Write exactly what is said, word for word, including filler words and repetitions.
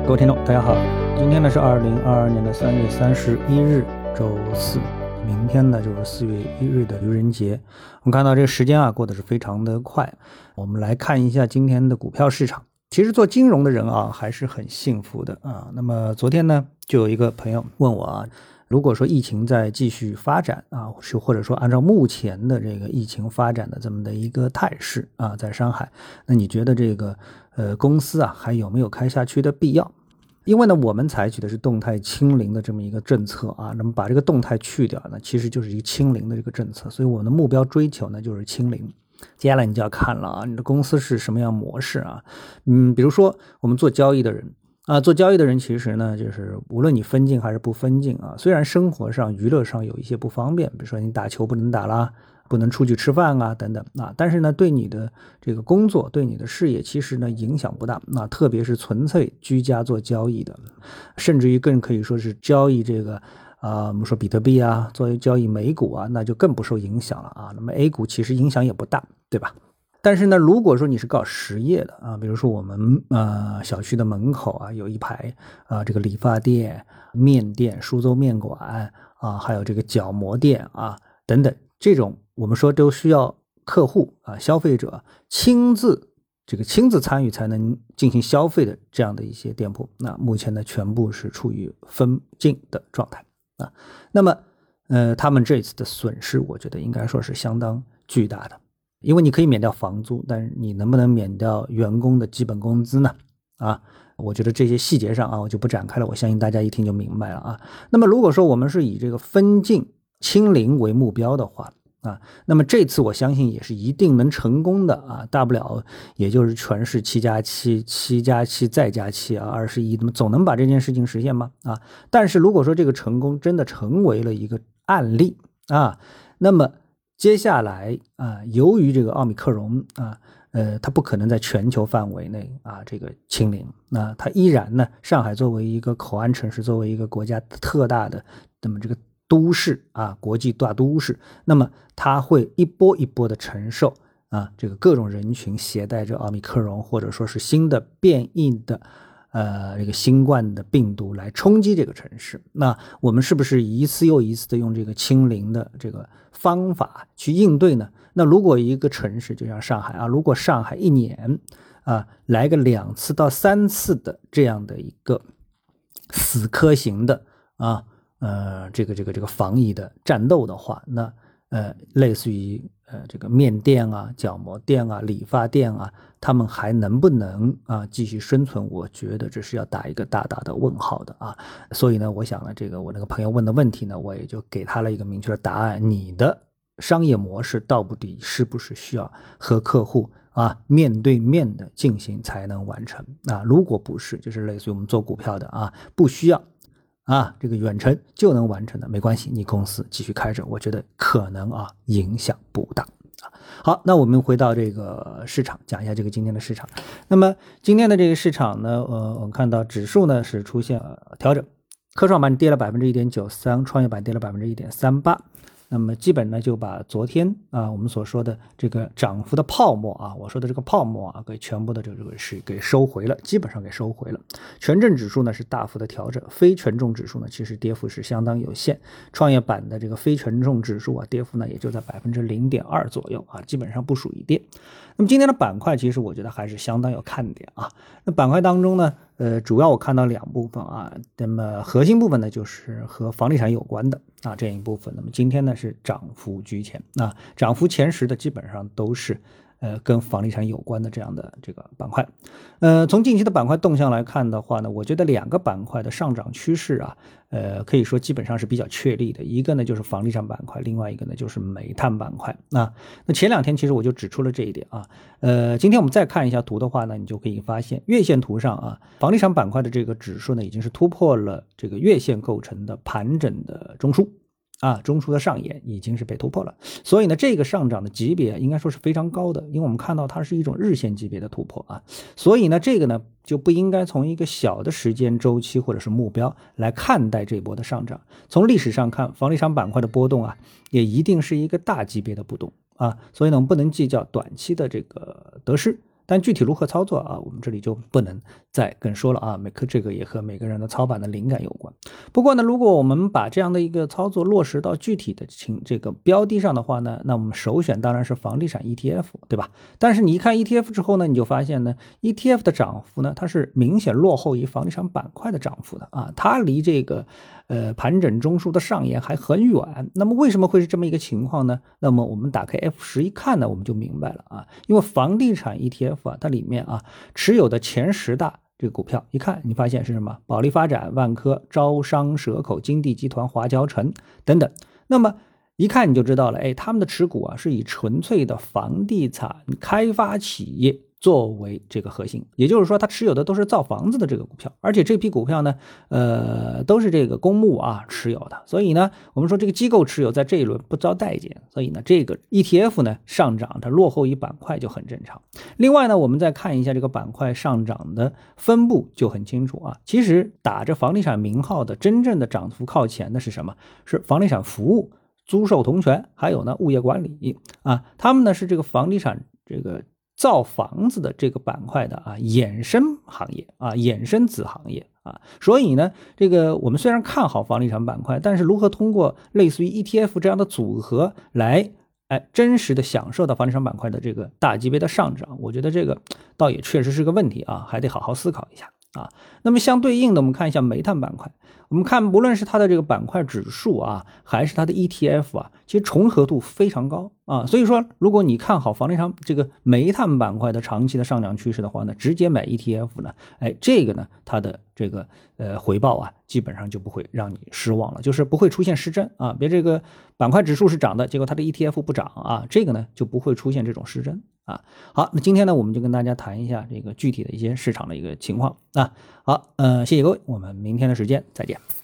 各位听众大家好，今天呢是二零二二年的三月三十一日周四，明天呢就是四月一日的愚人节。我们看到这个时间啊过得是非常的快，我们来看一下今天的股票市场。其实做金融的人啊还是很幸福的啊。那么昨天呢就有一个朋友问我啊，如果说疫情在继续发展啊，是或者说按照目前的这个疫情发展的这么的一个态势啊，在上海，那你觉得这个呃公司啊还有没有开下去的必要？因为呢我们采取的是动态清零的这么一个政策啊，那么把这个动态去掉呢，其实就是一个清零的这个政策，所以我们的目标追求呢就是清零。接下来你就要看了啊，你的公司是什么样模式啊？嗯，比如说我们做交易的人啊，做交易的人其实呢，就是无论你分进还是不分进啊，虽然生活上、娱乐上有一些不方便，比如说你打球不能打啦，不能出去吃饭啊等等啊，但是呢，对你的这个工作、对你的事业，其实呢影响不大。那特别是纯粹居家做交易的，甚至于更可以说是交易这个。啊，我们说比特币啊，作为交易美股啊，那就更不受影响了啊。那么 A 股其实影响也不大，对吧？但是呢，如果说你是搞实业的啊，比如说我们呃小区的门口啊有一排啊这个理发店、面店、苏州面馆啊，还有这个角膜店啊等等，这种我们说都需要客户啊消费者亲自这个亲自参与才能进行消费的这样的一些店铺，那目前呢全部是处于分进的状态。啊，那么，呃，他们这次的损失，我觉得应该说是相当巨大的，因为你可以免掉房租，但是你能不能免掉员工的基本工资呢？啊，我觉得这些细节上啊，我就不展开了，我相信大家一听就明白了啊。那么，如果说我们是以这个分进清零为目标的话，啊，那么这次我相信也是一定能成功的啊，大不了也就是全是七加七、七加七再加七啊，二十一，那么总能把这件事情实现吗？啊，但是如果说这个成功真的成为了一个案例啊，那么接下来啊，由于这个奥密克戎啊，呃，它不可能在全球范围内啊这个清零，那它依然呢，上海作为一个口岸城市，作为一个国家特大的那么这个。都市啊，国际大都市，那么它会一波一波的承受啊，这个各种人群携带着奥密克戎或者说是新的变异的呃这个新冠的病毒来冲击这个城市。那我们是不是一次又一次的用这个清零的这个方法去应对呢？那如果一个城市就像上海啊，如果上海一年啊来个两次到三次的这样的一个死磕型的啊。呃，这个这个这个防疫的战斗的话，那呃，类似于呃这个面店啊、角膜店啊、理发店啊，他们还能不能啊继续生存？我觉得这是要打一个大大的问号的啊。所以呢，我想呢，这个我那个朋友问的问题呢，我也就给他了一个明确的答案：你的商业模式到底是不是需要和客户啊面对面的进行才能完成啊？如果不是，就是类似于我们做股票的啊，不需要。啊，这个远程就能完成的，没关系，你公司继续开着，我觉得可能啊影响不大啊。好，那我们回到这个市场，讲一下这个今天的市场。那么今天的这个市场呢，呃，我们看到指数呢是出现了调整，科创板跌了百分之一点九三，创业板跌了百分之一点三八。那么基本呢就把昨天啊我们所说的这个涨幅的泡沫啊，我说的这个泡沫啊，给全部的这个是给收回了，基本上给收回了。权重指数呢是大幅的调整，非权重指数呢其实跌幅是相当有限。创业板的这个非权重指数啊，跌幅呢也就在百分之零点二左右啊，基本上不属于跌。那么今天的板块其实我觉得还是相当有看点啊。那板块当中呢，呃，主要我看到两部分啊，那么核心部分呢就是和房地产有关的啊这样一部分。那么今天呢是涨幅居前啊，涨幅前十的基本上都是呃跟房地产有关的这样的这个板块。呃，从近期的板块动向来看的话呢，我觉得两个板块的上涨趋势啊，呃，可以说基本上是比较确立的。一个呢就是房地产板块，另外一个呢就是煤炭板块啊。那前两天其实我就指出了这一点啊。呃，今天我们再看一下图的话呢，你就可以发现月线图上啊，房地产板块的这个指数呢已经是突破了这个月线构成的盘整的中枢。啊，中枢的上沿已经是被突破了，所以呢，这个上涨的级别应该说是非常高的，因为我们看到它是一种日线级别的突破啊，所以呢，这个呢就不应该从一个小的时间周期或者是目标来看待这波的上涨。从历史上看，房地产板块的波动啊，也一定是一个大级别的波动啊，所以呢，我们不能计较短期的这个得失但具体如何操作啊，我们这里就不能再跟说了啊，每个这个也和每个人的操盘的灵感有关。不过呢，如果我们把这样的一个操作落实到具体的情这个标的上的话呢，那我们首选当然是房地产 E T F， 对吧？但是你一看 E T F 之后呢，你就发现呢 E T F 的涨幅呢，它是明显落后于房地产板块的涨幅的啊，它离这个呃盘整中枢的上沿还很远。那么为什么会是这么一个情况呢？那么我们打开 F 十 一看呢，我们就明白了啊，因为房地产 E T F 啊，它里面啊持有的前十大这个股票，一看你发现是什么？保利发展、万科、招商蛇口、金地集团、华侨城等等。那么一看你就知道了，哎，他们的持股啊是以纯粹的房地产开发企业作为这个核心，也就是说，他持有的都是造房子的这个股票，而且这批股票呢，呃，都是这个公募啊持有的，所以呢，我们说这个机构持有在这一轮不遭待见，所以呢，这个 E T F 呢上涨它落后于板块就很正常。另外呢，我们再看一下这个板块上涨的分布就很清楚啊，其实打着房地产名号的真正的涨幅靠前的是什么？是房地产服务、租售同权，还有呢物业管理啊，他们呢是这个房地产这个造房子的这个板块的啊衍生行业啊衍生子行业啊，所以呢，这个我们虽然看好房地产板块，但是如何通过类似于 E T F 这样的组合来哎真实的享受到房地产板块的这个大级别的上涨，我觉得这个倒也确实是个问题啊，还得好好思考一下啊。那么相对应的，我们看一下煤炭板块，我们看无论是它的这个板块指数啊，还是它的 E T F 啊，其实重合度非常高啊。所以说，如果你看好房地产这个煤炭板块的长期的上涨趋势的话呢，直接买 E T F 呢，哎，这个呢，它的这个呃回报啊，基本上就不会让你失望了，就是不会出现失真啊。别这个板块指数是涨的，结果它的 E T F 不涨啊，这个呢就不会出现这种失真啊。好，那今天呢，我们就跟大家谈一下这个具体的一些市场的一个情况啊。好，呃，谢谢各位，我们明天的时间再见。